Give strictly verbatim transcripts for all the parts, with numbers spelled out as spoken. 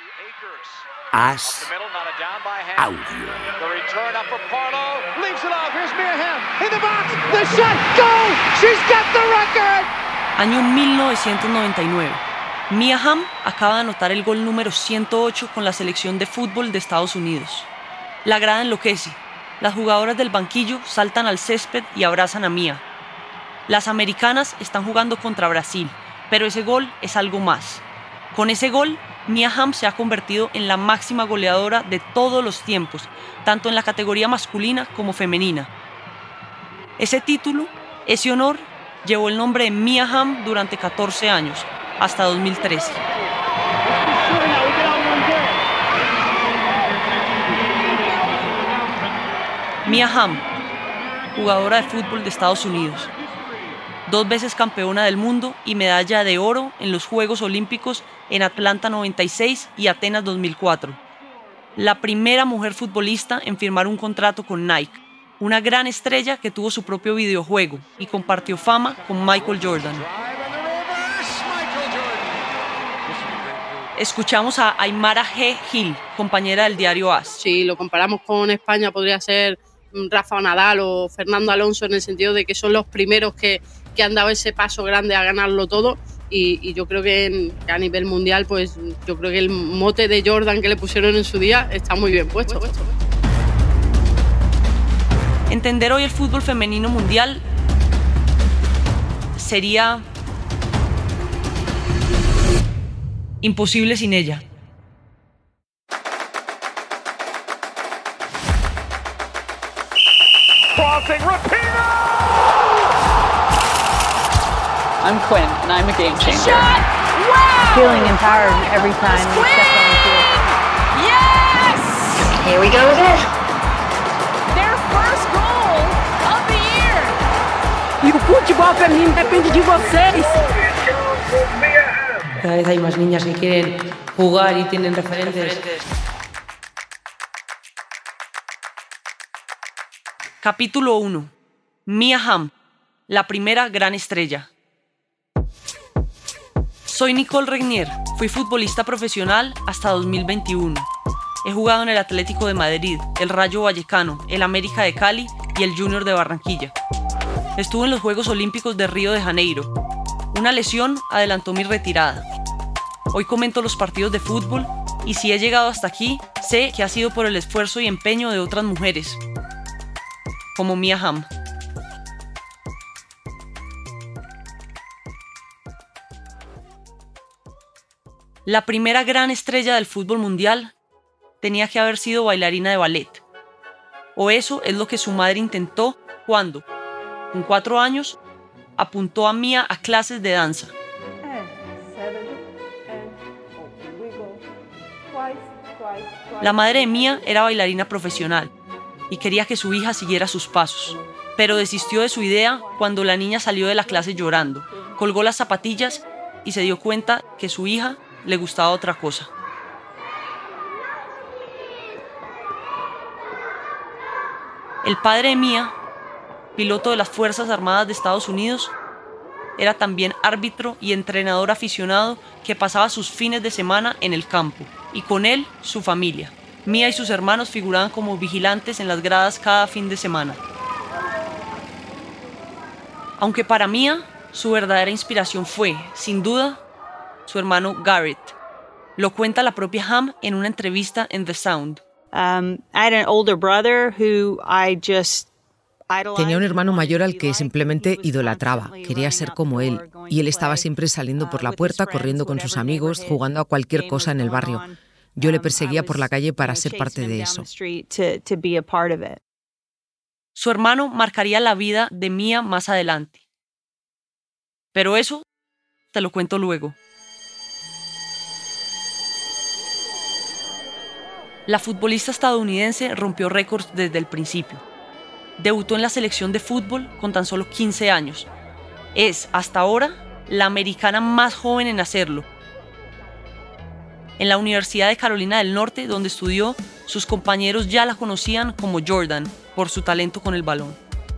Haz audio. Año mil novecientos noventa y nueve. Mia Hamm acaba de anotar el gol número ciento ocho con la selección de fútbol de Estados Unidos. La grada enloquece. Las jugadoras del banquillo saltan al césped y abrazan a Mia. Las americanas están jugando contra Brasil, pero ese gol es algo más. Con ese gol, Mia Hamm se ha convertido en la máxima goleadora de todos los tiempos, tanto en la categoría masculina como femenina. Ese título, ese honor, llevó el nombre de Mia Hamm durante catorce años, hasta dos mil trece. Mia Hamm, jugadora de fútbol de Estados Unidos, dos veces campeona del mundo y medalla de oro en los Juegos Olímpicos en Atlanta noventa y seis y Atenas dos mil cuatro. La primera mujer futbolista en firmar un contrato con Nike, una gran estrella que tuvo su propio videojuego y compartió fama con Michael Jordan. Escuchamos a Aymara G. Gil, compañera del diario A S. Si lo comparamos con España, podría ser Rafa Nadal o Fernando Alonso, en el sentido de que son los primeros que, que han dado ese paso grande a ganarlo todo. Y, y yo creo que, en, que a nivel mundial, pues yo creo que el mote de Jordan que le pusieron en su día está muy bien puesto. Entender hoy el fútbol femenino mundial sería imposible sin ella. Crossing, Rapinoe! I'm Quinn, and I'm a game changer. Shot! Wow! Feeling empowered every time we step on the field. Yes! Here we go again. Their first goal of the year. E o futebol feminino depende de vocês. Cada vez hay más niñas que quieren jugar y tienen referentes. Capítulo uno. Mia Hamm, la primera gran estrella. Soy Nicole Regnier, fui futbolista profesional hasta dos mil veintiuno. He jugado en el Atlético de Madrid, el Rayo Vallecano, el América de Cali y el Junior de Barranquilla. Estuve en los Juegos Olímpicos de Río de Janeiro. Una lesión adelantó mi retirada. Hoy comento los partidos de fútbol y si he llegado hasta aquí, sé que ha sido por el esfuerzo y empeño de otras mujeres, como Mia Hamm. La primera gran estrella del fútbol mundial tenía que haber sido bailarina de ballet. O eso es lo que su madre intentó cuando, con cuatro años, apuntó a Mia a clases de danza. La madre de Mia era bailarina profesional y quería que su hija siguiera sus pasos, pero desistió de su idea cuando la niña salió de la clase llorando, colgó las zapatillas y se dio cuenta que su hija le gustaba otra cosa. El padre de Mia, piloto de las Fuerzas Armadas de Estados Unidos, era también árbitro y entrenador aficionado que pasaba sus fines de semana en el campo, y con él su familia. Mia y sus hermanos figuraban como vigilantes en las gradas cada fin de semana. Aunque para Mia, su verdadera inspiración fue, sin duda, su hermano Garrett. Lo cuenta la propia Hamm en una entrevista en The Sound. Um, I had an older brother who I just Tenía un hermano mayor al que simplemente idolatraba, quería ser como él, y él estaba siempre saliendo por la puerta, corriendo con sus amigos, jugando a cualquier cosa en el barrio. Yo le perseguía por la calle para ser parte de eso. Su hermano marcaría la vida de Mia más adelante. Pero eso te lo cuento luego. La futbolista estadounidense rompió récords desde el principio. Debutó en la selección de fútbol con tan solo quince años. Es, hasta ahora, la americana más joven en hacerlo. En la Universidad de Carolina del Norte, donde estudió, sus compañeros ya la conocían como Jordan por su talento con el balón.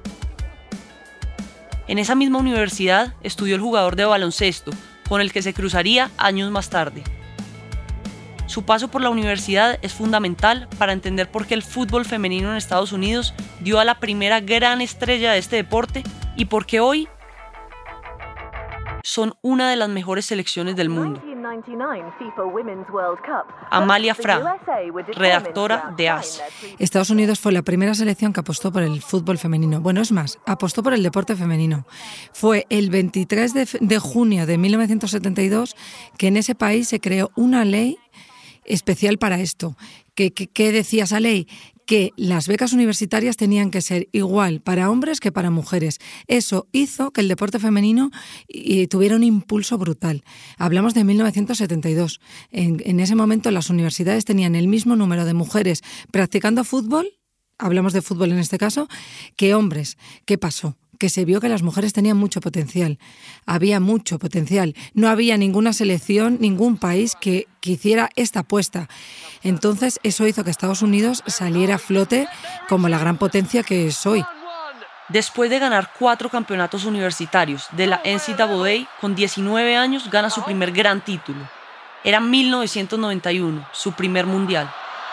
En esa misma universidad estudió el jugador de baloncesto, con el que se cruzaría años más tarde. Su paso por la universidad es fundamental para entender por qué el fútbol femenino en Estados Unidos dio a la primera gran estrella de este deporte y por qué hoy son una de las mejores selecciones del mundo. Amalia Fra, redactora de As. Estados Unidos fue la primera selección que apostó por el fútbol femenino. Bueno, es más, apostó por el deporte femenino. Fue el veintitrés de junio de mil novecientos setenta y dos que en ese país se creó una ley especial para esto. ¿Qué, qué, qué decía esa ley? Que las becas universitarias tenían que ser igual para hombres que para mujeres. Eso hizo que el deporte femenino eh, tuviera un impulso brutal. Hablamos de mil novecientos setenta y dos. En, en ese momento las universidades tenían el mismo número de mujeres practicando fútbol, hablamos de fútbol en este caso, que hombres. ¿Qué pasó? Que se vio que las mujeres tenían mucho potencial. Había mucho potencial. No había ninguna selección, ningún país que, que hiciera esta apuesta. Entonces, eso hizo que Estados Unidos saliera a flote como la gran potencia que es hoy. Después de ganar cuatro campeonatos universitarios de la N C A A, con diecinueve años gana su primer gran título. Era mil novecientos noventa y uno, su primer mundial.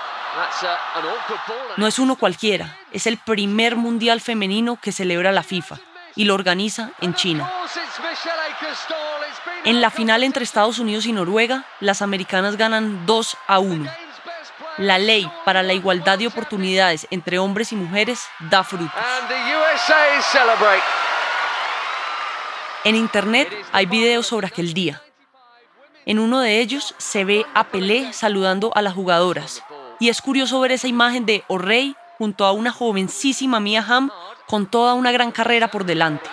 No es uno cualquiera, es el primer mundial femenino que celebra la FIFA y lo organiza en China. En la final entre Estados Unidos y Noruega, las americanas ganan dos a uno. La ley para la igualdad de oportunidades entre hombres y mujeres da frutos. En internet hay videos sobre aquel día. En uno de ellos se ve a Pelé saludando a las jugadoras. Y es curioso ver esa imagen de O'Reilly junto a una jovencísima Mia Hamm con toda una gran carrera por delante.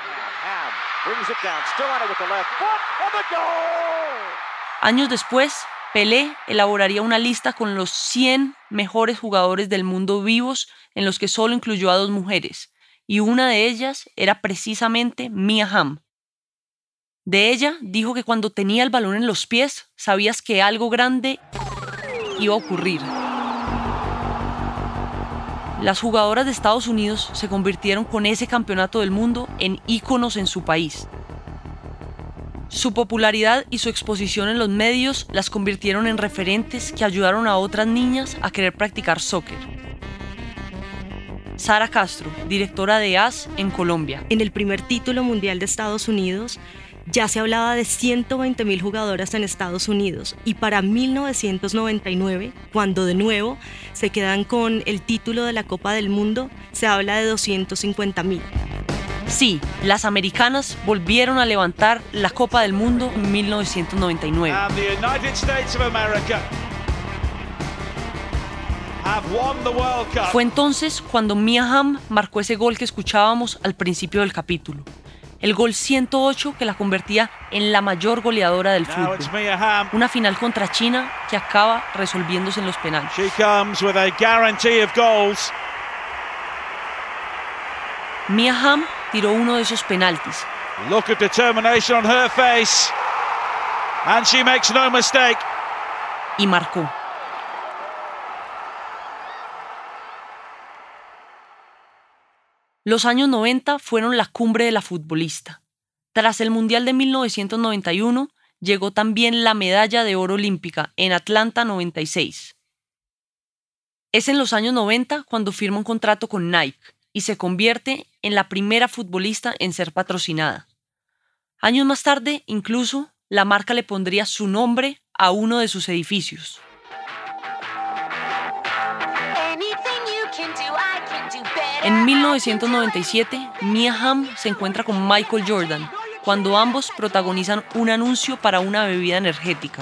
Años después, Pelé elaboraría una lista con los cien mejores jugadores del mundo vivos en los que solo incluyó a dos mujeres, y una de ellas era precisamente Mia Hamm. De ella dijo que cuando tenía el balón en los pies, sabías que algo grande iba a ocurrir. Las jugadoras de Estados Unidos se convirtieron con ese campeonato del mundo en íconos en su país. Su popularidad y su exposición en los medios las convirtieron en referentes que ayudaron a otras niñas a querer practicar soccer. Sara Castro, directora de As en Colombia. En el primer título mundial de Estados Unidos, ya se hablaba de ciento veinte mil jugadoras en Estados Unidos y para mil novecientos noventa y nueve, cuando de nuevo se quedan con el título de la Copa del Mundo, se habla de doscientos cincuenta mil. Sí, las americanas volvieron a levantar la Copa del Mundo en mil novecientos noventa y nueve. And the United States of America have won the World Cup. Fue entonces cuando Mia Hamm marcó ese gol que escuchábamos al principio del capítulo. El gol ciento ocho que la convertía en la mayor goleadora del fútbol. Una final contra China que acaba resolviéndose en los penales. She comes with a guarantee of goals. Mia Hamm tiró uno de esos penaltis. Look at determination on her face. And she makes no mistake. Y marcó. Los años noventa fueron la cumbre de la futbolista. Tras el Mundial de mil novecientos noventa y uno, llegó también la medalla de oro olímpica en Atlanta noventa y seis. Es en los años noventa cuando firma un contrato con Nike y se convierte en la primera futbolista en ser patrocinada. Años más tarde, incluso, la marca le pondría su nombre a uno de sus edificios. En mil novecientos noventa y siete, Mia Hamm se encuentra con Michael Jordan, cuando ambos protagonizan un anuncio para una bebida energética.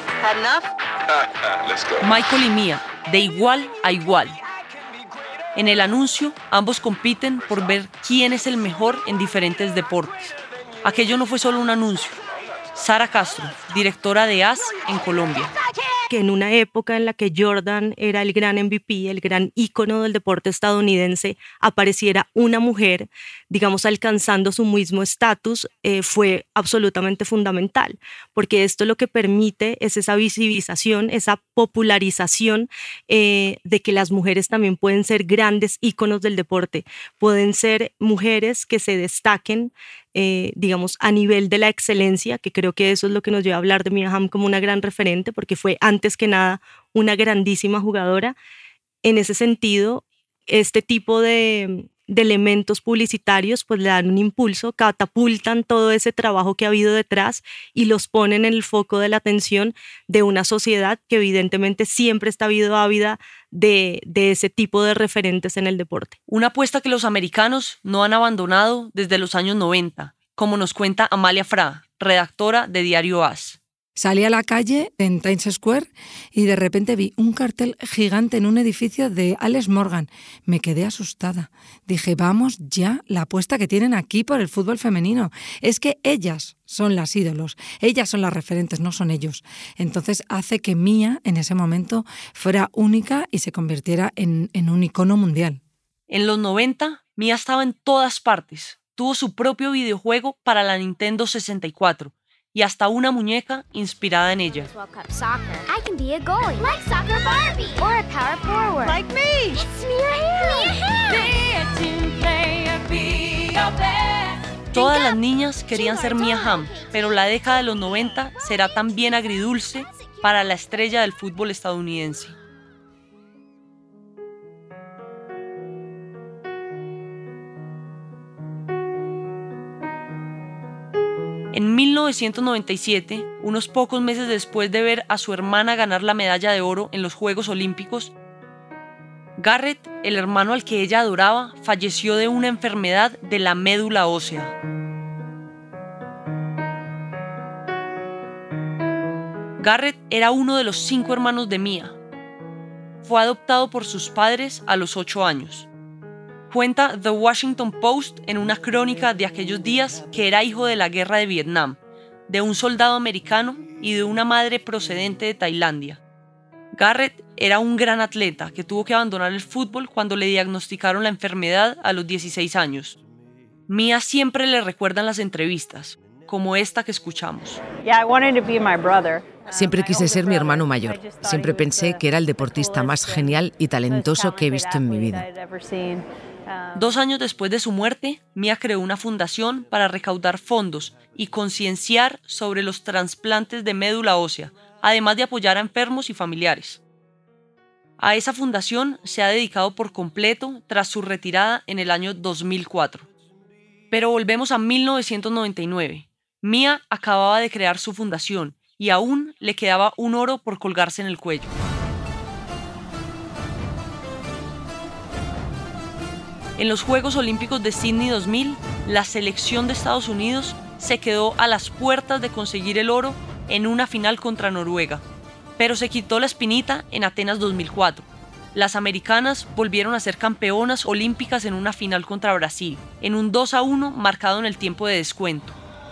Michael y Mia, de igual a igual. En el anuncio, ambos compiten por ver quién es el mejor en diferentes deportes. Aquello no fue solo un anuncio. Sara Castro, directora de As en Colombia. Que en una época en la que Jordan era el gran M V P, el gran ícono del deporte estadounidense, apareciera una mujer, digamos, alcanzando su mismo estatus, eh, fue absolutamente fundamental, porque esto lo que permite es esa visibilización, esa popularización eh, de que las mujeres también pueden ser grandes íconos del deporte, pueden ser mujeres que se destaquen eh, digamos, a nivel de la excelencia, que creo que eso es lo que nos lleva a hablar de Mia Hamm como una gran referente, porque fue antes que nada una grandísima jugadora. En ese sentido, este tipo de, de elementos publicitarios pues le dan un impulso, catapultan todo ese trabajo que ha habido detrás y los ponen en el foco de la atención de una sociedad que evidentemente siempre está habido ávida de, de ese tipo de referentes en el deporte. Una apuesta que los americanos no han abandonado desde los años noventa, como nos cuenta Amalia Fra, redactora de Diario As. Salí a la calle en Times Square y de repente vi un cartel gigante en un edificio de Alex Morgan. Me quedé asustada. Dije, vamos ya, la apuesta que tienen aquí por el fútbol femenino. Es que ellas son las ídolos, ellas son las referentes, no son ellos. Entonces hace que Mia en ese momento fuera única y se convirtiera en, en un icono mundial. En los noventa, Mia estaba en todas partes. Tuvo su propio videojuego para la Nintendo sesenta y cuatro. Y hasta una muñeca inspirada en ella. I can be a goalie, like Soccer Barbie, or a power forward, like me. It's Mia Hamm. Todas las niñas querían ser Mia Hamm, pero la década de los noventa será también agridulce para la estrella del fútbol estadounidense. En mil novecientos noventa y siete, unos pocos meses después de ver a su hermana ganar la medalla de oro en los Juegos Olímpicos, Garrett, el hermano al que ella adoraba, falleció de una enfermedad de la médula ósea. Garrett era uno de los cinco hermanos de Mia. Fue adoptado por sus padres a los ocho años. Cuenta The Washington Post en una crónica de aquellos días que era hijo de la guerra de Vietnam, de un soldado americano y de una madre procedente de Tailandia. Garrett era un gran atleta que tuvo que abandonar el fútbol cuando le diagnosticaron la enfermedad a los dieciséis años. Mia siempre le recuerda en las entrevistas, como esta que escuchamos. Yeah, I wanted to be my brother. Siempre quise ser mi hermano mayor. Siempre pensé que era el deportista más genial y talentoso que he visto en mi vida. Dos años después de su muerte, Mia creó una fundación para recaudar fondos y concienciar sobre los trasplantes de médula ósea, además de apoyar a enfermos y familiares. A esa fundación se ha dedicado por completo tras su retirada en el año dos mil cuatro. Pero volvemos a mil novecientos noventa y nueve. Mia acababa de crear su fundación y aún le quedaba un oro por colgarse en el cuello. En los Juegos Olímpicos de Sydney dos mil, la selección de Estados Unidos se quedó a las puertas de conseguir el oro en una final contra Noruega, pero se quitó la espinita en Atenas dos mil cuatro. Las americanas volvieron a ser campeonas olímpicas en una final contra Brasil, en un dos a uno marcado en el tiempo de descuento.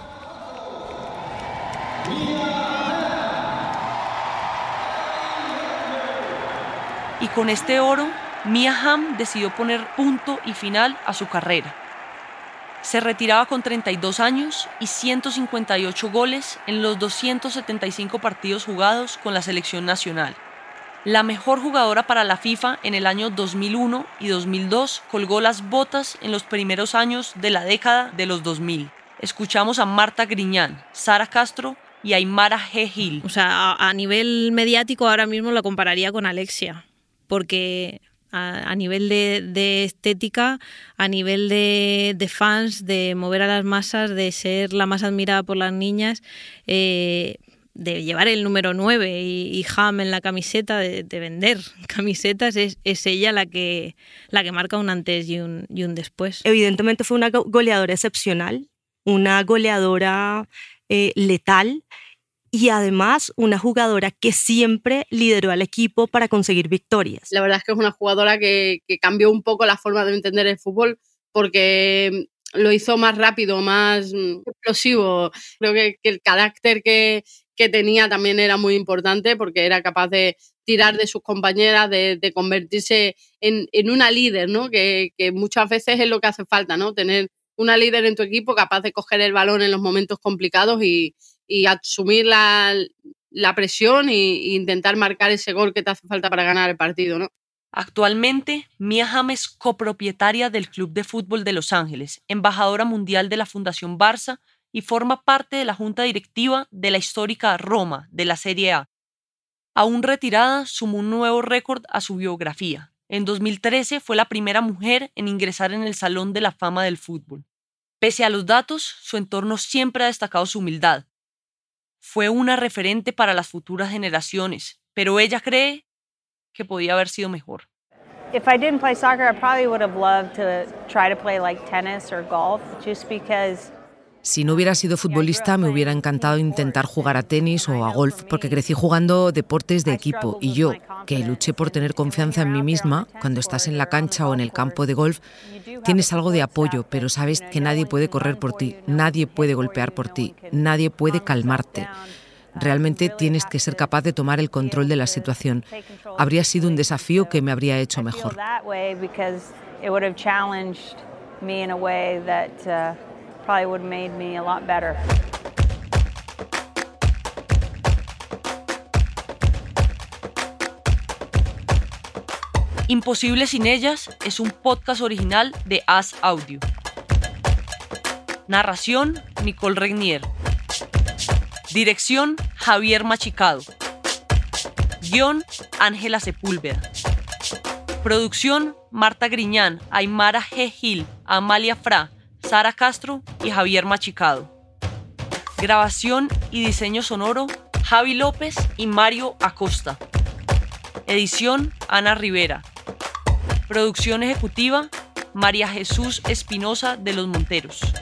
Y con este oro, Mia Hamm decidió poner punto y final a su carrera. Se retiraba con treinta y dos años y ciento cincuenta y ocho goles en los doscientos setenta y cinco partidos jugados con la selección nacional. La mejor jugadora para la FIFA en el año dos mil uno y dos mil dos colgó las botas en los primeros años de la década de los dos mil. Escuchamos a Marta Griñán, Sara Castro y Aymara G. Gil. O sea, a, a nivel mediático ahora mismo la compararía con Alexia, porque a, a nivel de, de estética, a nivel de, de fans, de mover a las masas, de ser la más admirada por las niñas, eh, de llevar el número nueve y, y Hamm en la camiseta, de, de vender camisetas, es, es ella la que, la que marca un antes y un, y un después. Evidentemente fue una goleadora excepcional, una goleadora eh, letal, y además una jugadora que siempre lideró al equipo para conseguir victorias. La verdad es que es una jugadora que, que cambió un poco la forma de entender el fútbol porque lo hizo más rápido, más explosivo. Creo que, que el carácter que, que tenía también era muy importante porque era capaz de tirar de sus compañeras, de, de convertirse en, en una líder, ¿no? Que, que muchas veces es lo que hace falta, ¿no? Tener una líder en tu equipo capaz de coger el balón en los momentos complicados y y asumir la, la presión e intentar marcar ese gol que te hace falta para ganar el partido, ¿no? Actualmente, Mia Hamm es copropietaria del Club de Fútbol de Los Ángeles, embajadora mundial de la Fundación Barça y forma parte de la junta directiva de la histórica Roma de la Serie A. Aún retirada, sumó un nuevo récord a su biografía. En dos mil trece fue la primera mujer en ingresar en el Salón de la Fama del Fútbol. Pese a los datos, su entorno siempre ha destacado su humildad. Fue una referente para las futuras generaciones, pero ella cree que podía haber sido mejor. If I didn't play soccer, I probably would have loved to try to play like tennis or golf, just because. Si no hubiera sido futbolista, me hubiera encantado intentar jugar a tenis o a golf, porque crecí jugando deportes de equipo y yo, que luché por tener confianza en mí misma, cuando estás en la cancha o en el campo de golf, tienes algo de apoyo, pero sabes que nadie puede correr por ti, nadie puede golpear por ti, nadie puede calmarte. Realmente tienes que ser capaz de tomar el control de la situación. Habría sido un desafío que me habría hecho mejor. Imposible sin ellas es un podcast original de As Audio. Narración, Nicole Regnier. Dirección, Javier Machicado. Guión, Ángela Sepúlveda. Producción, Marta Griñán, Aymara G. Gil, Amalia Fra, Sara Castro y Javier Machicado. Grabación y diseño sonoro, Javi López y Mario Acosta. Edición, Ana Rivera. Producción ejecutiva, María Jesús Espinosa de los Monteros.